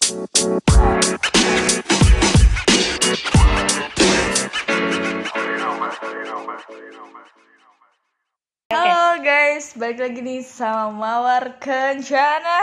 Halo guys, balik lagi nih sama Mawar Kencana.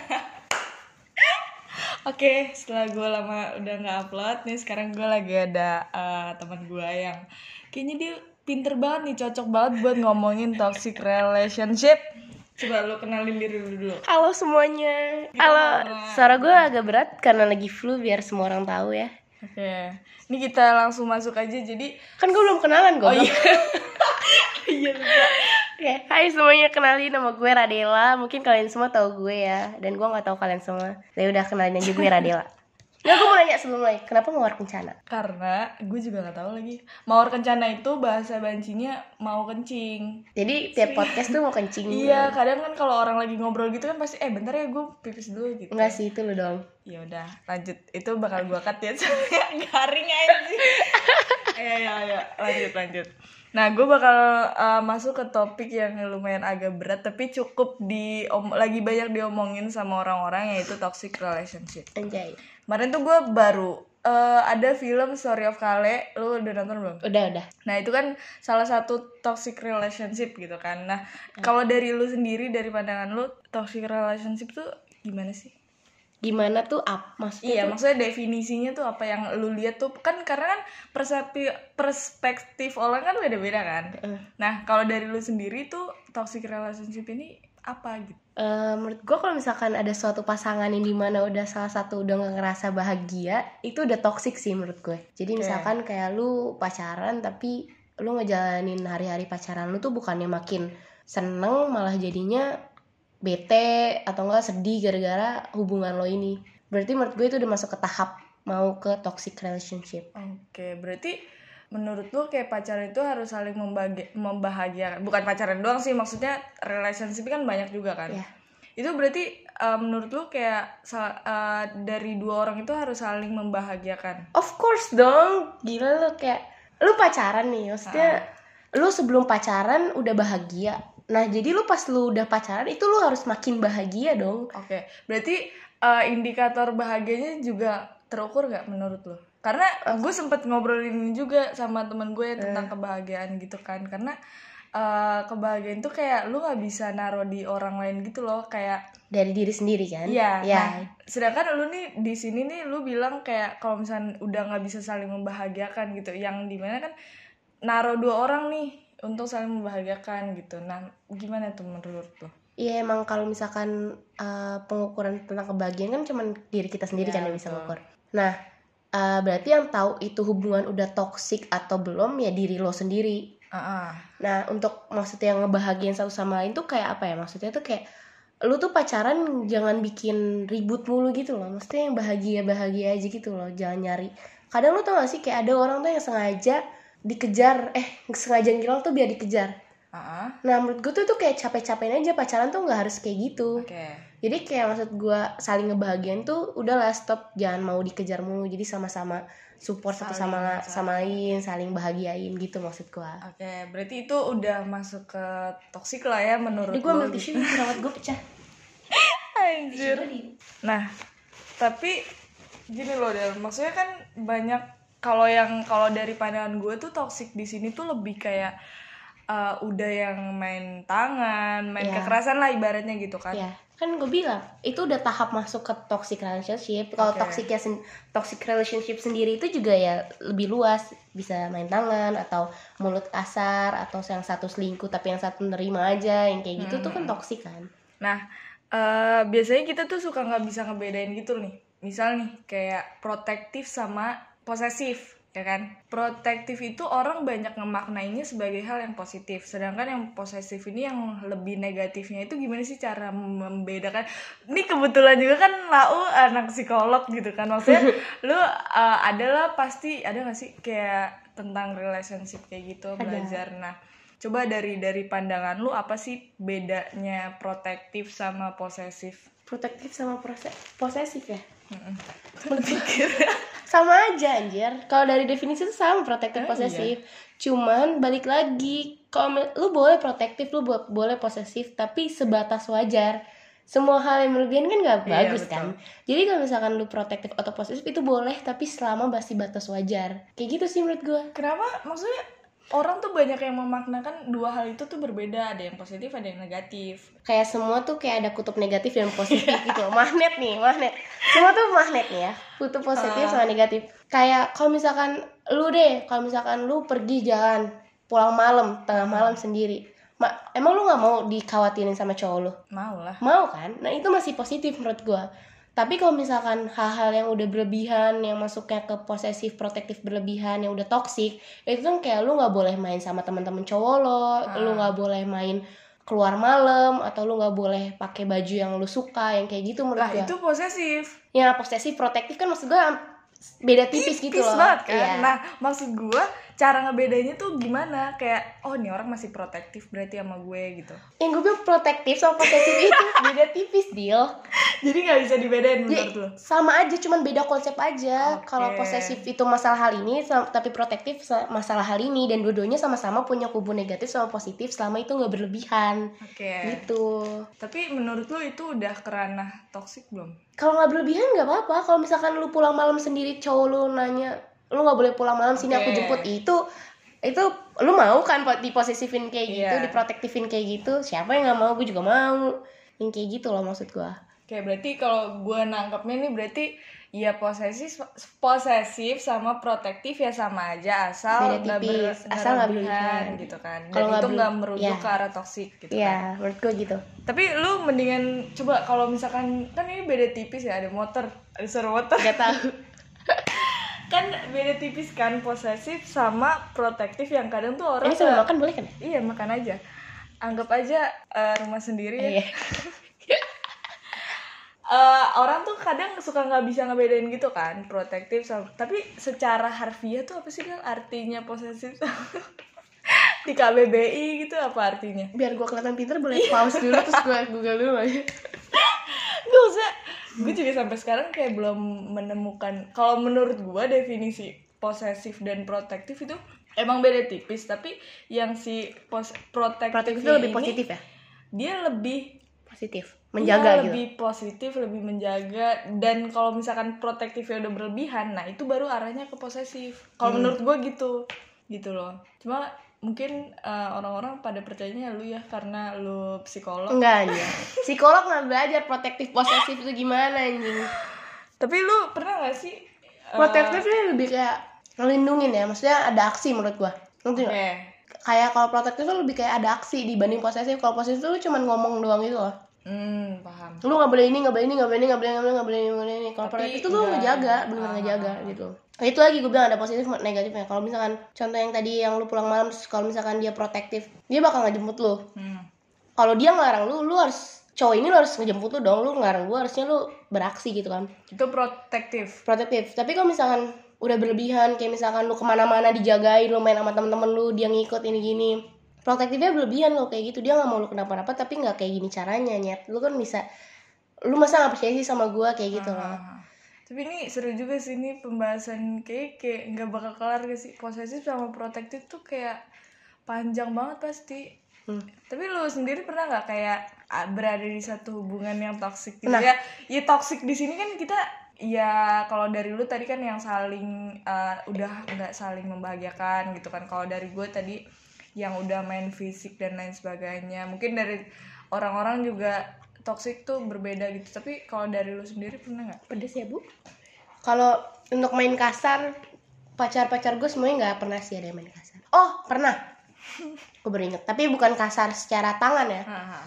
Oke, setelah gue lama udah nggak upload nih, sekarang gue lagi ada teman gue yang kayaknya dia pinter banget nih, cocok banget buat ngomongin toxic relationship. Coba lu kenalin diri dulu. Halo semuanya. Halo, suara gue agak berat karena lagi flu, biar semua orang tahu ya. Oke, ini kita langsung masuk aja. Jadi kan gue belum kenalan gue. Oh iya. Iya lupa. Oke, hai semuanya, kenalin nama gue Radela. Mungkin kalian semua tahu gue ya, dan gue nggak tahu kalian semua. Saya udah kenalin aja gue Radela. Nah, gue mau nanya sebelum mulai, kenapa Mawar Kencana? Karena gue juga nggak tahu lagi. Mawar Kencana itu bahasa bancinya mau kencing. Jadi tiap podcast tuh mau kencing. Iya, kadang kan kalau orang lagi ngobrol gitu kan pasti bentar ya gue pipis dulu gitu. Enggak sih, itu lu dong. Ya udah, lanjut. Itu bakal gue cut ya, soalnya garing aja sih. Ayo, lanjut. Nah, gue bakal masuk ke topik yang lumayan agak berat, tapi cukup lagi banyak diomongin sama orang-orang, yaitu toxic relationship. Anjay. Kemarin tuh gue baru ada film Story of Kale, lu udah nonton belum? Udah. Nah itu kan salah satu toxic relationship gitu kan. Nah kalau dari lu sendiri, dari pandangan lu, toxic relationship tuh gimana sih? Gimana tuh maksudnya? Iya, tuh? maksudnya definisinya tuh apa yang lu lihat tuh kan, karena kan perspektif orang kan beda-beda kan. Nah kalau dari lu sendiri tuh toxic relationship ini apa gitu? Menurut gue kalau misalkan ada suatu pasangan yang dimana udah salah satu udah gak ngerasa bahagia, itu udah toxic sih menurut gue. Jadi misalkan kayak lu pacaran tapi lu ngejalanin hari-hari pacaran lu tuh bukannya makin seneng, malah jadinya bete atau enggak sedih gara-gara hubungan lo ini. Berarti menurut gue itu udah masuk ke tahap mau ke toxic relationship. Oke, berarti menurut lu kayak pacaran itu harus saling membahagiakan. Bukan pacaran doang sih, maksudnya relationship kan banyak juga kan. Yeah. Itu berarti menurut lu kayak dari dua orang itu harus saling membahagiakan. Of course dong. Gila lu, kayak lu pacaran nih, maksudnya lu sebelum pacaran udah bahagia. Nah, jadi lu pas lu udah pacaran itu lu harus makin bahagia dong. Oke, berarti indikator bahagianya juga terukur gak menurut lu? Karena gue sempet ngobrolin juga sama temen gue tentang kebahagiaan gitu kan. Karena kebahagiaan tuh kayak lu gak bisa naruh di orang lain gitu loh, kayak dari diri sendiri kan. Iya. Ya. Nah, sedangkan lu nih di sini nih lu bilang kayak kalau misalnya udah gak bisa saling membahagiakan gitu, yang dimana kan naruh dua orang nih untuk saling membahagiakan gitu. Nah, gimana tuh menurut lo? Iya, emang kalau misalkan pengukuran tentang kebahagiaan kan cuma diri kita sendiri kan yang bisa mengukur. Nah, berarti yang tahu itu hubungan udah toksik atau belum ya diri lo sendiri. Nah, untuk maksudnya yang ngebahagiain satu sama lain tuh kayak apa ya? Maksudnya tuh kayak lu tuh pacaran jangan bikin ribut mulu gitu loh. Maksudnya yang bahagia-bahagia aja gitu loh, jangan nyari. Kadang lu tau gak sih kayak ada orang tuh yang sengaja dikejar, sengaja ngilang tuh biar dikejar. Nah, menurut gue tuh kayak capek-capekin aja, pacaran tuh nggak harus kayak gitu. Jadi kayak maksud gue saling ngebahagiain tuh udahlah, stop, jangan mau dikejar mulu. Jadi sama-sama support satu sama lain, saling bahagiain gitu maksud gue. Oke, berarti itu udah masuk ke toksik lah ya menurut gue. Jadi gue ambil tisu, jerawat gue pecah. Anjir. Nah, tapi gini loh Del, maksudnya kan banyak, kalau dari pandangan gue tuh toksik di sini tuh lebih kayak udah yang main tangan, main kekerasan lah ibaratnya gitu kan. Iya, kan gue bilang itu udah tahap masuk ke toxic relationship. Kalau toxic relationship sendiri itu juga ya lebih luas, bisa main tangan atau mulut kasar atau yang satu selingkuh tapi yang satu nerima aja, yang kayak gitu tuh kan toxic kan. Nah, biasanya kita tuh suka nggak bisa ngebedain gitu nih. Misal nih kayak protektif sama posesif, ya kan? Protektif itu orang banyak ngemaknainya sebagai hal yang positif, sedangkan yang posesif ini yang lebih negatifnya. Itu gimana sih cara membedakan? Ini kebetulan juga kan Lau anak psikolog gitu kan, maksudnya lu pasti ada nggak sih kayak tentang relationship kayak gitu, belajar. Nah, coba dari pandangan lu apa sih bedanya protektif sama posesif? Protektif sama posesif ya? Pikir sama aja anjir. Kalau dari definisi itu sama, protektif posesif. Iya. Cuman balik lagi, kalau lu boleh protektif, lu boleh posesif, tapi sebatas wajar. semua hal yang berlebihan kan nggak Iya, bagus betul. kan. Jadi kalau misalkan lu protektif atau posesif itu boleh, tapi selama masih batas wajar. Kayak gitu sih menurut gue. Kenapa? Maksudnya orang tuh banyak yang memaknakan dua hal itu tuh berbeda, ada yang positif, ada yang negatif. Kayak semua tuh kayak ada kutub negatif dan positif gitu. Magnet nih, magnet. Semua tuh magnet nih ya. Kutub positif sama negatif. Kayak kalau misalkan lu pergi jalan pulang malam, tengah malam sendiri. Emang lu nggak mau dikhawatirin sama cowok lu? Mau lah. Mau kan? Nah itu masih positif menurut gua. Tapi kalau misalkan hal-hal yang udah berlebihan, yang masuknya ke posesif, protektif berlebihan, yang udah toksik, itu kan kayak lu nggak boleh main sama teman-teman cowok lo, lu nggak boleh main keluar malam, atau lu nggak boleh pakai baju yang lu suka, yang kayak gitu menurut Lah gua. itu posesif. Ya posesif, protektif kan maksud gua beda tipis gitu loh. Banget kan. Iya. Nah, maksud gue cara ngebedainnya tuh gimana? Kayak oh nih orang masih protektif berarti sama gue gitu. Yang gue bilang protektif sama posesif itu beda tipis, Dil. Jadi nggak bisa dibedain menurut lo? Sama aja, cuman beda konsep aja. Oke. Kalau posesif itu masalah hal ini, tapi protektif masalah hal ini, dan dua-duanya sama-sama punya kubu negatif sama positif selama itu nggak berlebihan. Oke. Gitu. Tapi menurut lo itu udah kerana toksik belum? Kalau nggak berlebihan nggak apa-apa. Kalau misalkan lu pulang malam sendiri, cowok lu nanya, lu nggak boleh pulang malam, sini aku jemput, itu lu mau kan diposesifin kayak gitu, diprotektifin kayak gitu. Siapa yang nggak mau? Gue juga mau. Yang kayak gitu loh maksud gue. Oke, berarti kalau gue nangkepnya nih berarti ya posesif sama protektif ya sama aja asal beda tipis, asal nggak berlebihan gitu kan. Dan kalau itu nggak merujuk ke arah toksik gitu ya, kan. menurut gue gitu. Tapi lu mendingan coba kalau misalkan kan ini beda tipis ya, ada motor, ada suara motor. Gak tahu. Kan beda tipis kan posesif sama protektif yang kadang tuh orang Ini sambil makan boleh kan? Iya, makan aja. Anggap aja rumah sendiri ya. Iya. Orang tuh kadang suka nggak bisa ngebedain gitu kan protektif sama, tapi secara harfiah tuh apa sih kan artinya posesif di KBBI gitu apa artinya? Biar gue kelihatan pinter boleh pause dulu terus gue google dulu aja. Gak usah. Gue juga sampai sekarang kayak belum menemukan. Kalau menurut gue definisi posesif dan protektif itu emang beda tipis, tapi yang si protektif itu lebih positif ya? Dia lebih positif, menjaga gitu. Lebih positif, lebih menjaga. Dan kalau misalkan protektifnya udah berlebihan, nah itu baru arahnya ke posesif. Kalau menurut gue gitu loh. Cuma mungkin orang-orang pada percayanya lu ya karena lu psikolog. Enggak aja. Psikolog nggak belajar protektif posesif itu gimana anjing. Tapi lu pernah nggak sih protektif ini lebih kayak ngelindungin ya, maksudnya ada aksi menurut gua. Ngerti nggak? Kayak kalau protektif tuh lebih kayak ada aksi dibanding posesif. Kalau posesif tuh lu cuma ngomong doang gitu loh. Paham. Lu nggak boleh ini, nggak boleh ini, nggak boleh ini, nggak boleh ini, nggak boleh ini, nggak boleh ini. Kalau protektif itu lu ngejaga, bener ngejaga gitu. Nah, itu lagi gue bilang ada positif negatifnya. Kalau misalkan contoh yang tadi yang lu pulang malam, kalau misalkan dia protektif, dia bakal ngejemput lu. Kalau dia ngelarang lu harus, cowok ini lu harus ngejemput lu dong. Lu ngelarang gue, harusnya lu beraksi gitu kan. Itu protektif. Tapi kalau misalkan udah berlebihan, kayak misalkan lu kemana-mana dijagain, lu main sama temen-temen lu, dia ngikut ini gini, protektifnya berlebihan lo kayak gitu. Dia nggak mau lu kenapa-napa, tapi nggak kayak gini caranya, nyet. Lu kan bisa, lu masa nggak percaya sih sama gue kayak gitu loh. Tapi ini seru juga sih, ini pembahasan kayak nggak bakal kelar gak sih. Posesif sama protektif tuh kayak panjang banget pasti. Tapi lu sendiri pernah nggak kayak berada di satu hubungan yang toksik gitu? Ya toksik di sini kan kita ya, kalau dari lu tadi kan yang saling udah nggak saling membahagiakan gitu kan. Kalau dari gue tadi yang udah main fisik dan lain sebagainya. Mungkin dari orang-orang juga toksik tuh berbeda gitu. Tapi kalau dari lu sendiri pernah nggak? Pedes ya bu? Kalau untuk main kasar, pacar-pacar gue semuanya nggak pernah sih ada yang main kasar. Oh pernah, gue baru inget. Tapi bukan kasar secara tangan ya.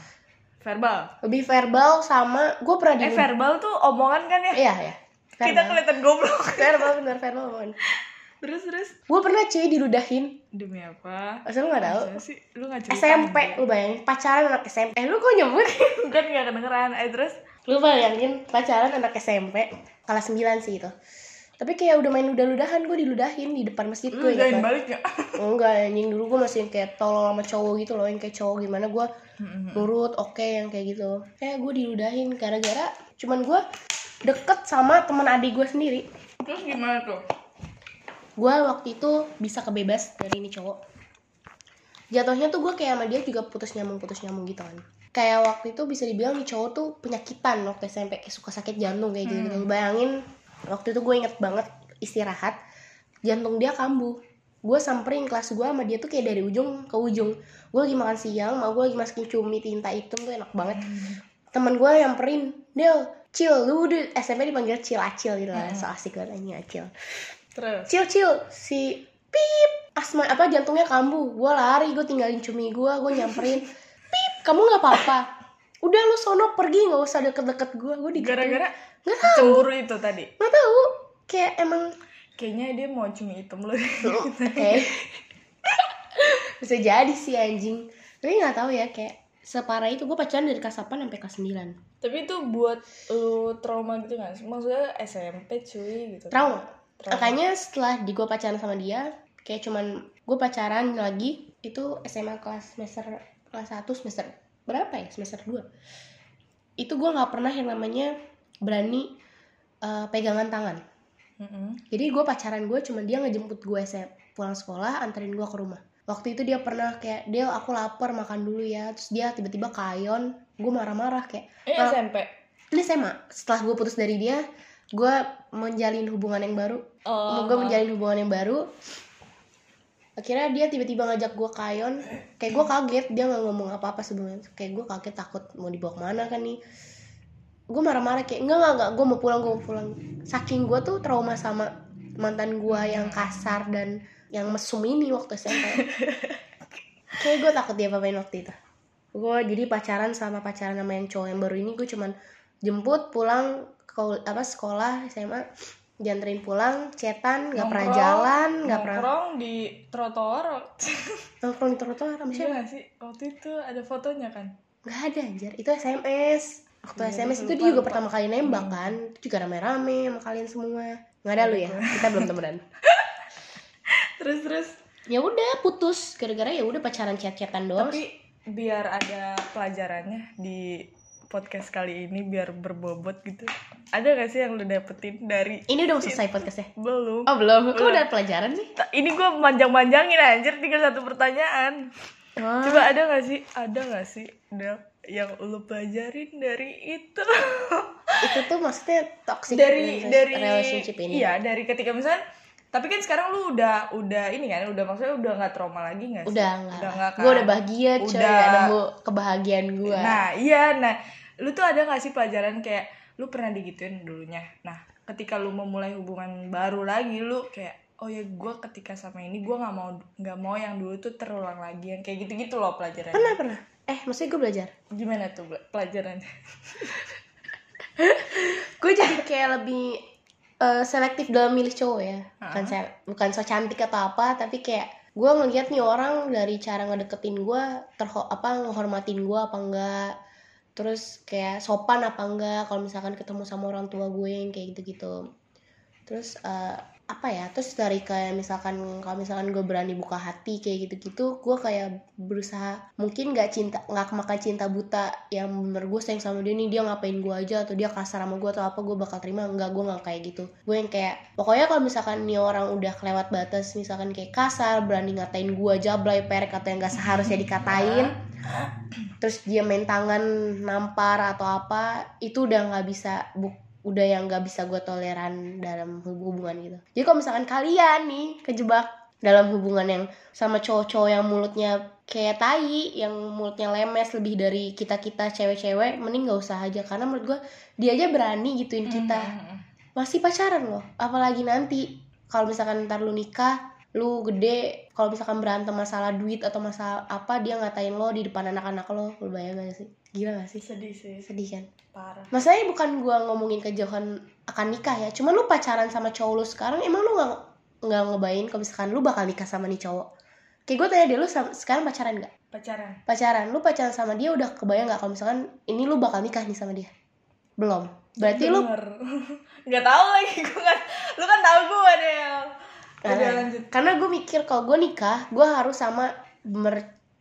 Verbal. Lebih verbal sama gue pernah di. Verbal tuh omongan kan ya? Iya ya. Verbal. Kita kelihatan goblok. Verbal bener, verbal omongan. Terus. Gue pernah cewek diludahin. Demi apa? Asal lu nggak tahu? Sih, lu nggak cerita. SMP, lu bayangin pacaran anak SMP. Lu kok nyebut? Kan nggak kedengeran. Terus? Lu bayangin pacaran anak SMP kelas 9 sih itu. Tapi kayak udah main ludah-ludahan, gue diludahin di depan masjid gue. Lu ludahin balik gak? Enggak, anjing dulu gue masih kayak tolol sama cowok gitu loh, yang kayak cowok gimana gue nurut, oke, yang kayak gitu. Kayak gue diludahin gara-gara cuman gue deket sama teman adik gue sendiri. Terus gimana tuh? Gue waktu itu bisa kebebas dari ini cowok. Jatuhnya tuh gue kayak sama dia juga putus nyambung gitu kan. kayak waktu itu bisa dibilang nih cowok tuh penyakitan waktu SMP, kayak suka sakit jantung kayak gitu. Bayangin waktu itu gue inget banget istirahat, jantung dia kambuh. Gue samperin kelas gue sama dia tuh kayak dari ujung ke ujung. Gue lagi makan siang, mau gue lagi masukin cumi tinta hitam tuh enak banget. Temen gue nyamperin, Del, Cil, lu udah SMP dipanggil Cil Acil gitu lah, so asik banget ini Acil. Terus Cil, si pip asma apa jantungnya kambuh. Gue lari, gue tinggalin cumi gue nyamperin, pip kamu nggak apa-apa, udah lu sono pergi, nggak usah deket-deket gue gara-gara nggak tahu, cemburu itu tadi. nggak tahu, kayak emang Kayaknya dia mau cumi hitam lu. bisa jadi sih anjing, tapi nggak tahu ya, kayak separah itu gue pacaran dari kelas 8 sampai kelas 9. Tapi itu buat lu trauma gitu kan? Maksudnya SMP cuy gitu. Trauma. Makanya setelah gue pacaran sama dia, kayak cuman gue pacaran lagi itu SMA kelas 1 semester berapa ya? Semester 2. Itu gue nggak pernah yang namanya berani pegangan tangan. Jadi gue pacaran gue cuman dia ngejemput gue pulang sekolah, anterin gue ke rumah. Waktu itu dia pernah kayak, Del aku lapar makan dulu ya. Terus dia tiba-tiba kayon, gue marah-marah kayak. SMP. Ini SMA. Setelah gue putus dari dia, gue menjalin hubungan yang baru. Akhirnya dia tiba-tiba ngajak gue kayon. Kayak gue kaget, dia nggak ngomong apa-apa sebelumnya. Kayak gue kaget, takut mau dibawa kemana kan nih. Gue marah-marah kayak enggak, gue mau pulang. Saking gue tuh trauma sama mantan gue yang kasar dan yang mesum ini waktu SMP. Kayak gue takut dia apain waktu itu. Gue jadi pacaran sama yang cowok yang baru ini, gue cuman jemput pulang ke sekolah SMA, dianterin pulang, cetan, nggak pernah jalan, nggak pernah nongkrong di trotoar. Nongkrong di trotoar sama siapa? Iya sih, waktu itu ada fotonya kan? Nggak ada anjir, itu SMS. Waktu SMS itu dia juga pertama kali nembak kan, itu juga rame-rame sama kalian semua. Nggak ada lu ya, kita belum temenan. Terus Ya udah putus gara-gara ya udah pacaran chat-chatan doang. tapi biar ada pelajarannya di podcast kali ini, biar berbobot gitu, ada gak sih yang lu dapetin dari Ini udah mau selesai podcastnya? belum? Oh belum, kok udah pelajaran sih? Ini gue manjang-manjangin anjir, tinggal satu pertanyaan. Coba ada gak sih Del, yang lu pelajarin dari itu? Itu tuh maksudnya toxic dari relationship ini? Iya, dari ketika misalnya, tapi kan sekarang lu udah ini kan, udah maksudnya udah nggak trauma lagi nggak sih? Udah nggak kan? Gue udah bahagia coy, ada kebahagiaan gue. Nah lu tuh ada nggak sih pelajaran kayak lu pernah digituin dulunya, nah ketika lu memulai hubungan baru lagi, lu kayak oh ya gue ketika sama ini gue nggak mau yang dulu tuh terulang lagi, yang kayak gitu loh pelajarannya. Pernah maksudnya gue belajar gimana tuh pelajarannya? Gue jadi kayak lebih selektif dalam milih cowok ya. Bukan so cantik atau apa, tapi kayak gue ngeliat nih orang dari cara ngedeketin gue, ngehormatin gue apa enggak, terus kayak sopan apa enggak kalau misalkan ketemu sama orang tua gue yang kayak gitu-gitu. Terus terus dari kayak kalau misalkan gue berani buka hati kayak gitu-gitu, gue kayak berusaha, mungkin nggak makan cinta buta yang bener gue sayang sama dia nih, dia ngapain gue aja atau dia kasar sama gue atau apa gue bakal terima. Enggak, gue nggak kayak gitu. Gue yang kayak pokoknya kalau misalkan nih orang udah kelewat batas, misalkan kayak kasar, berani ngatain gue jablay, perek atau yang nggak seharusnya dikatain, terus dia main tangan, nampar atau apa, itu udah nggak bisa udah yang nggak bisa gue toleran dalam hubungan gitu. Jadi kalau misalkan kalian nih kejebak dalam hubungan yang sama cowok-cowok yang mulutnya kayak tai, yang mulutnya lemes lebih dari kita cewek-cewek, mending nggak usah aja, karena menurut gue dia aja berani gituin kita, masih pacaran loh. Apalagi nanti kalau misalkan ntar lu nikah, lu gede, kalau misalkan berantem masalah duit atau masalah apa, dia ngatain lo di depan anak-anak lo bayang gak sih? Gila gak sih? Sedih kan? Parah. Masalahnya bukan gue ngomongin kejauhan akan nikah ya, cuman lu pacaran sama cowok lu sekarang, emang lu nggak ngebayangin kalau misalkan lu bakal nikah sama nih cowok. Kayak gue tanya deh, lu sekarang pacaran nggak? Pacaran. Lu pacaran sama dia udah kebayang nggak kalau misalkan ini lu bakal nikah nih sama dia? Belum. Berarti lu nggak tahu lagi. Lu kan tahu gue deh. Karena gue mikir kalau gue nikah, gue harus sama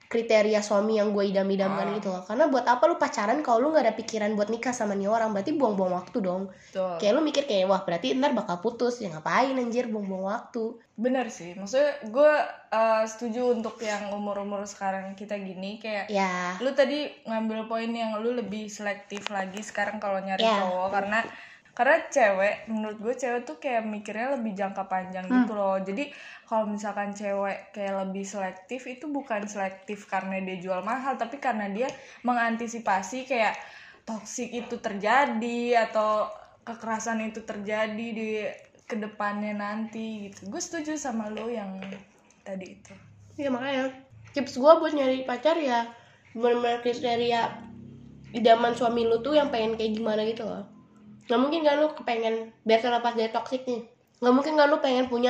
kriteria suami yang gue idam-idamkan gitu loh. Karena buat apa lu pacaran kalau lu nggak ada pikiran buat nikah sama nih orang, berarti buang-buang waktu dong. Betul. Kayak lu mikir kayak wah berarti ntar bakal putus, ya ngapain anjir buang-buang waktu. Bener sih, maksudnya gue setuju untuk yang umur-umur sekarang kita gini, kayak Ya. lu tadi ngambil poin yang lu lebih selektif lagi sekarang kalau nyari Ya. cowok, karena cewek, menurut gue cewek tuh kayak mikirnya lebih jangka panjang gitu loh. Jadi kalau misalkan cewek kayak lebih selektif, itu bukan selektif karena dia jual mahal, tapi karena dia mengantisipasi kayak toksik itu terjadi atau kekerasan itu terjadi di kedepannya nanti gitu. Gue setuju sama lo yang tadi itu. Ya makanya tips gue buat nyari pacar ya benar-benar kriteria idaman suami lu tuh yang pengen kayak gimana gitu loh. Gak mungkin kan lu kepengen biar terlepas dari toksik nih. Gak mungkin kan lu pengen punya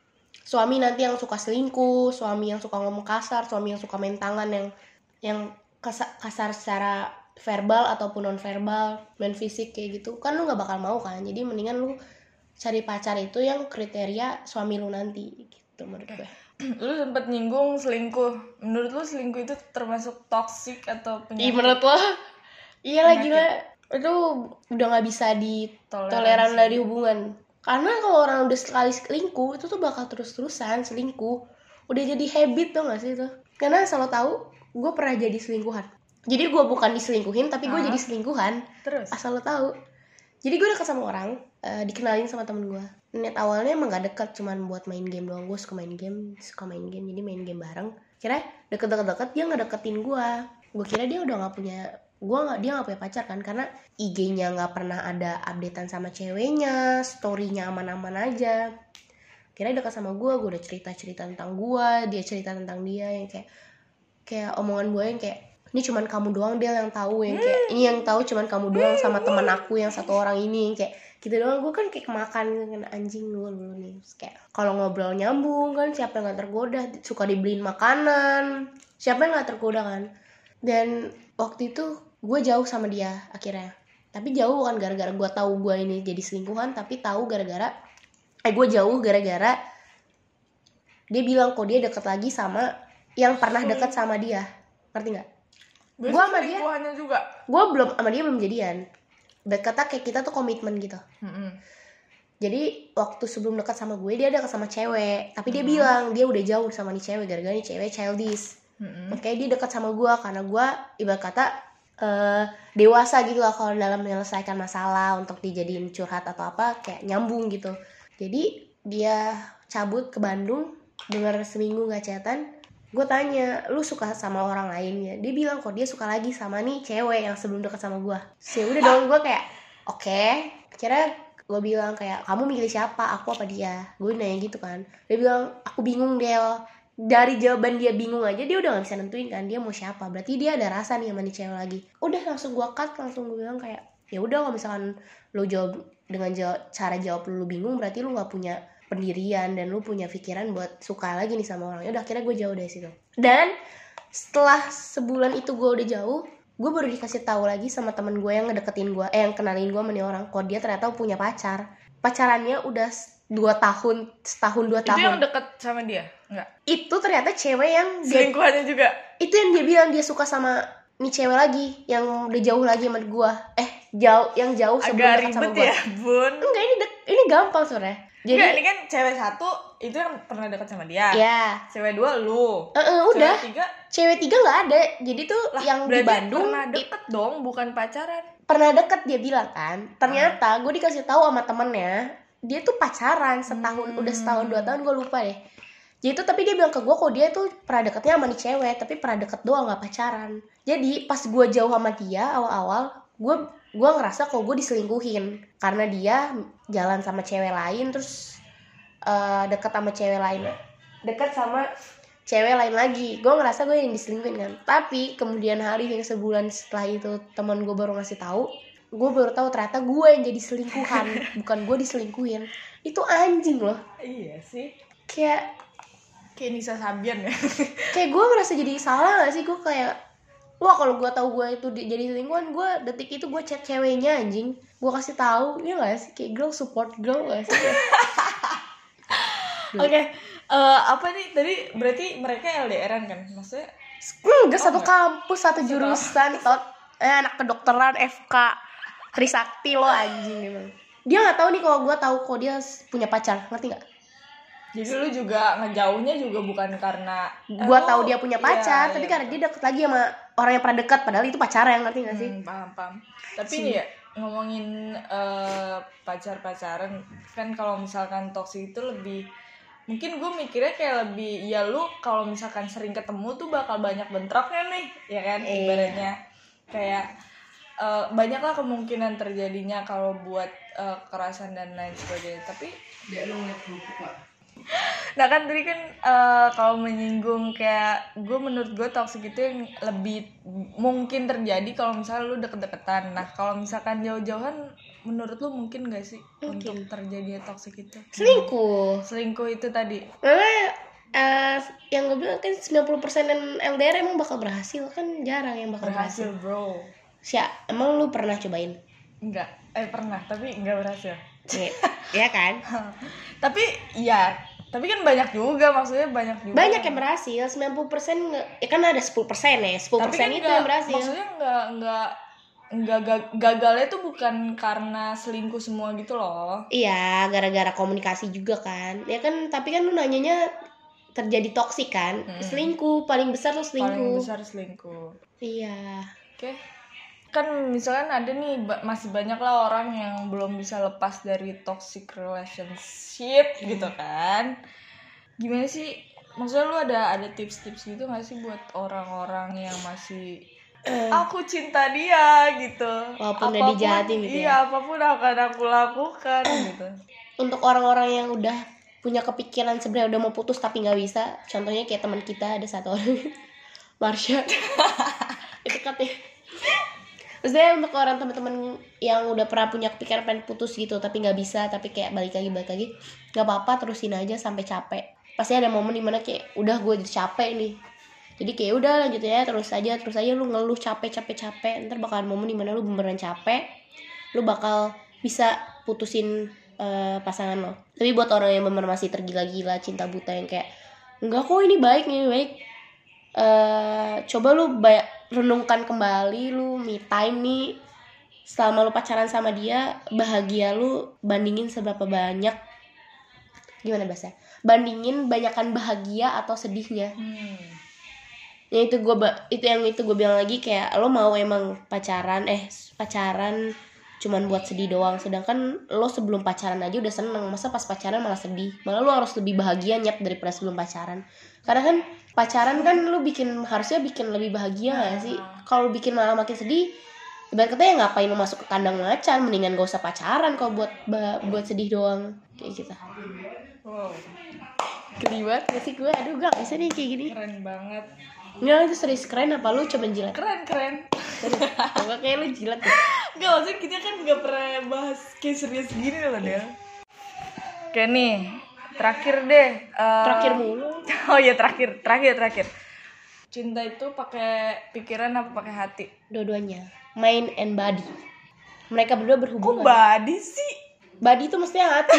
suami nanti yang suka selingkuh, suami yang suka ngomong kasar, suami yang suka main tangan yang kasar secara verbal ataupun non verbal, main fisik kayak gitu. Kan lu gak bakal mau kan. Jadi mendingan lu cari pacar itu yang kriteria suami lu nanti gitu menurut gue. Lu sempet nyinggung selingkuh. Menurut lu selingkuh itu termasuk toksik atau penyakit? Menurut lo? Iya lah gila. Itu udah gak bisa ditoleran dari hubungan. Karena kalau orang udah sekali selingkuh itu tuh bakal terus-terusan selingkuh. Udah jadi habit tuh gak sih itu? Karena selalu tahu gue pernah jadi selingkuhan. Jadi gue bukan diselingkuhin tapi gue jadi selingkuhan. Terus? Asal lo tahu. Jadi gue deket sama orang, dikenalin sama temen gue. Niat awalnya emang gak deket, cuman buat main game doang. Gue suka main game, jadi main game bareng. Kira deket-deket dia gak deketin gue. Gue kira dia udah gak punya, dia gak punya pacar kan. Karena IG-nya gak pernah ada updatean sama ceweknya, story-nya aman-aman aja. Kira deket sama gue udah cerita-cerita tentang gue, dia cerita tentang dia yang kayak omongan gue yang kayak ini cuman kamu doang Del yang tahu, yang kayak ini yang tahu cuman kamu doang sama teman aku yang satu orang ini, yang kayak gitu doang. Gue kan kayak kemakan anjing lu nih. Terus kayak kalau ngobrol nyambung kan, siapa yang gak tergoda, suka dibeliin makanan, siapa yang gak tergoda kan. Dan waktu itu gue jauh sama dia akhirnya. Tapi jauh bukan gara-gara gue tahu gue ini jadi selingkuhan, tapi tahu gara-gara gue jauh gara-gara dia bilang kok dia deket lagi sama yang pernah deket sama dia. Ngerti gak? Gue sama dia juga. Gue sama dia belum jadian. Berkata kayak kita tuh komitmen gitu. Jadi waktu sebelum dekat sama gue dia deket sama cewek. Tapi dia bilang dia udah jauh sama nih cewek gara-gara nih cewek childish. Makanya dia dekat sama gue karena gue ibarat kata dewasa gitu lah kalau dalam menyelesaikan masalah, untuk dijadiin curhat atau apa kayak nyambung gitu. Jadi dia cabut ke Bandung, dengar seminggu gak chatan. Gue tanya, lu suka sama orang lain ya? Dia bilang kok dia suka lagi sama nih cewek yang sebelum dekat sama gue. Ya udah dong, gue kayak oke. Akhirnya gue bilang kayak kamu milih siapa, aku apa dia? Gue nanya gitu kan. Dia bilang aku bingung Del. Dari jawaban dia bingung aja dia udah gak bisa nentuin kan dia mau siapa. Berarti dia ada rasa nih sama nih cewek lagi. Udah langsung gue cut, langsung gue bilang kayak ya udah kalau misalkan lu jawab dengan cara jawab lu bingung, berarti lu gak punya pendirian dan lu punya pikiran buat suka lagi nih sama orang. Udah akhirnya gue jauh dari situ. Dan setelah sebulan itu gue udah jauh, gue baru dikasih tahu lagi sama temen gue yang ngedeketin gue, yang kenalin gue sama nih orang, kok dia ternyata punya pacar. Pacarannya udah 2 tahun, setahun 2 tahun. Itu yang deket sama dia? Enggak. Itu ternyata cewek yang selingkuhannya juga. Itu yang dia bilang dia suka sama nih cewek lagi yang udah jauh lagi sama gue. Yang jauh sebelum dekat sama gue. Agak ribet ya, Bun. Enggak, ini gampang sebenarnya. Jadi enggak, ini kan cewek 1 itu yang pernah dekat sama dia. Iya. Cewek 2 lu. Udah. Cewek 3 nggak ada. Jadi tuh lah, yang di Bandung pernah deket dong, bukan pacaran. Pernah deket dia bilang kan. Ternyata gue dikasih tahu sama temennya, dia tuh pacaran setahun, udah setahun 2 tahun gue lupa deh. Jadi tuh tapi dia bilang ke gue kok dia tuh pernah deketnya sama nih cewek, tapi pernah deket doang nggak pacaran. Jadi pas gue jauh sama dia awal-awal, gue ngerasa kok gue diselingkuhin karena dia jalan sama cewek lain, terus deket sama cewek lain, deket sama cewek lain lagi. Gue ngerasa gue yang diselingkuhin kan. Tapi kemudian hari yang sebulan setelah itu teman gue baru ngasih tahu, gue baru tahu ternyata gue yang jadi selingkuhan, bukan gue diselingkuhin. Itu anjing loh. Iya sih. Kayak Nisa Sabian ya. Kayak gue ngerasa jadi salah gak sih? Gue kayak wah kalau gue tahu gue itu jadi selingkuhan, gue detik itu gue chat ceweknya anjing, gue kasih tahu. Ya nggak sih, kayak girl support girl gak sih? Oke, apa nih tadi berarti mereka LDRan kan? Maksudnya Enggak, satu kampus, satu jurusan, anak kedokteran FK Trisakti lo anjing emang. Dia nggak tahu nih kalau gue tahu kok dia punya pacar, ngerti nggak? Jadi lu juga ngejauhnya juga bukan karena gue tahu dia punya pacar, iya, tapi karena dia deket lagi sama orang yang pernah dekat, padahal itu pacaran, ngerti nggak sih? Paham. Tapi ya ngomongin pacaran kan, kalau misalkan toksik itu lebih, mungkin gue mikirnya kayak lebih, ya lu kalau misalkan sering ketemu tuh bakal banyak bentroknya nih, ya kan? Ibaratnya kayak banyaklah kemungkinan terjadinya kalau buat kekerasan dan lain sebagainya. Tapi nah kan tadi kan kalau menyinggung kayak menurut gue toksik itu yang lebih mungkin terjadi kalau misalnya lu deket-deketan. Nah kalau misalkan jauh-jauhan, menurut lu mungkin gak sih untuk terjadinya toksik itu? Selingkuh itu tadi. Yang gue bilang kan 90% LDR emang bakal berhasil, kan jarang yang bakal berhasil bro. Emang lu pernah cobain? Enggak, pernah tapi enggak berhasil. Iya kan? Tapi kan banyak juga, maksudnya banyak juga. Banyak yang berhasil, 90% ya kan ada 10% ya. 10% kan itu yang berhasil. Maksudnya enggak gagalnya tuh bukan karena selingkuh semua gitu loh. Iya, gara-gara komunikasi juga kan. Ya kan, tapi kan lu nanyanya terjadi toksik kan? Selingkuh, paling besar tuh selingkuh. Paling besar selingkuh. Iya. Oke. Kan misalkan ada nih masih banyak lah orang yang belum bisa lepas dari toxic relationship gitu kan. Gimana sih, maksudnya lu ada tips-tips gitu gak sih buat orang-orang yang masih aku cinta dia gitu, walaupun udah dijahatin gitu ya? Iya, apapun akan aku lakukan gitu. Untuk orang-orang yang udah punya kepikiran sebenarnya udah mau putus tapi nggak bisa, contohnya kayak teman kita ada satu orang Marsha itu katanya. Maksudnya untuk orang teman-teman yang udah pernah punya kepikiran pengen putus gitu tapi nggak bisa, tapi kayak balik lagi nggak apa-apa, terusin aja sampai capek. Pasti ada momen dimana kayak udah gue capek nih, jadi kayak udah lanjut ya, terus aja lu ngeluh capek, ntar bakalan momen dimana lu beneran capek, lu bakal bisa putusin pasangan lo. Tapi buat orang yang bener masih tergila-gila cinta buta yang kayak enggak kok ini baik, coba lu renungkan kembali, lu me time nih selama lu pacaran sama dia, bahagia lu bandingin seberapa banyak, gimana bahasa, bandingin banyakan bahagia atau sedihnya. Ya itu gue bilang lagi, kayak lo mau emang pacaran cuman buat sedih doang, sedangkan lo sebelum pacaran aja udah seneng, masa pas pacaran malah sedih? Malah lo harus lebih bahagia daripada sebelum pacaran. Karena kan pacaran kan lo harusnya bikin lebih bahagia gak sih? Kalau bikin malah makin sedih, ibarat katanya ngapain lo masuk ke kandang macan, mendingan gak usah pacaran kalau buat sedih doang kayak gitu. Wow, kelibat gak sih gue? Aduh gak bisa nih kayak gini. Keren banget. Nggak, itu serius keren apa lu coba jilat? Keren. Enggak, kayak lu jilat deh. Enggak, maksudnya kita kan gak pernah bahas kayak serius gini loh, Del. Oke nih, terakhir deh. Terakhir mulu. Oh iya, terakhir. Cinta itu pakai pikiran apa pakai hati? Dua-duanya. Mind and body. Mereka berdua berhubungan. Kok body sih? Body itu mestinya hati.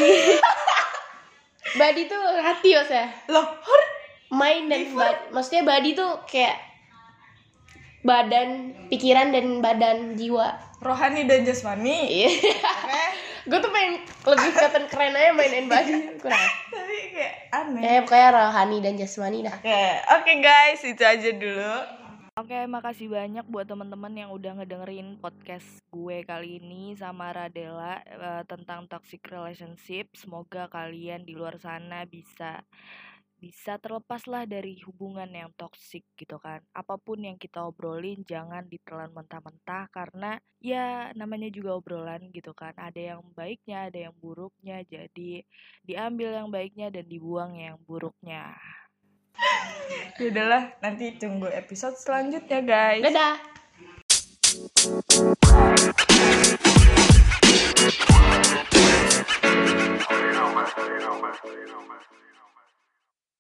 Body itu hati maksudnya. Loh, mind dan body. Maksudnya body tuh kayak badan, pikiran dan badan, jiwa. Rohani dan jasmani. Iya. Okay. Gue tuh pengen lebih kelihatan keren aja mind and body. Kurang. Tapi kayak aneh. Pokoknya rohani dan jasmani dah. Oke guys, itu aja dulu. Oke, makasih banyak buat teman-teman yang udah ngedengerin podcast gue kali ini sama Radela tentang toxic relationship. Semoga kalian di luar sana bisa terlepas lah dari hubungan yang toksik gitu kan. Apapun yang kita obrolin jangan ditelan mentah-mentah, karena ya namanya juga obrolan gitu kan. Ada yang baiknya, ada yang buruknya. Jadi diambil yang baiknya dan dibuang yang buruknya. Yaudahlah, nanti tunggu episode selanjutnya guys. Dadah.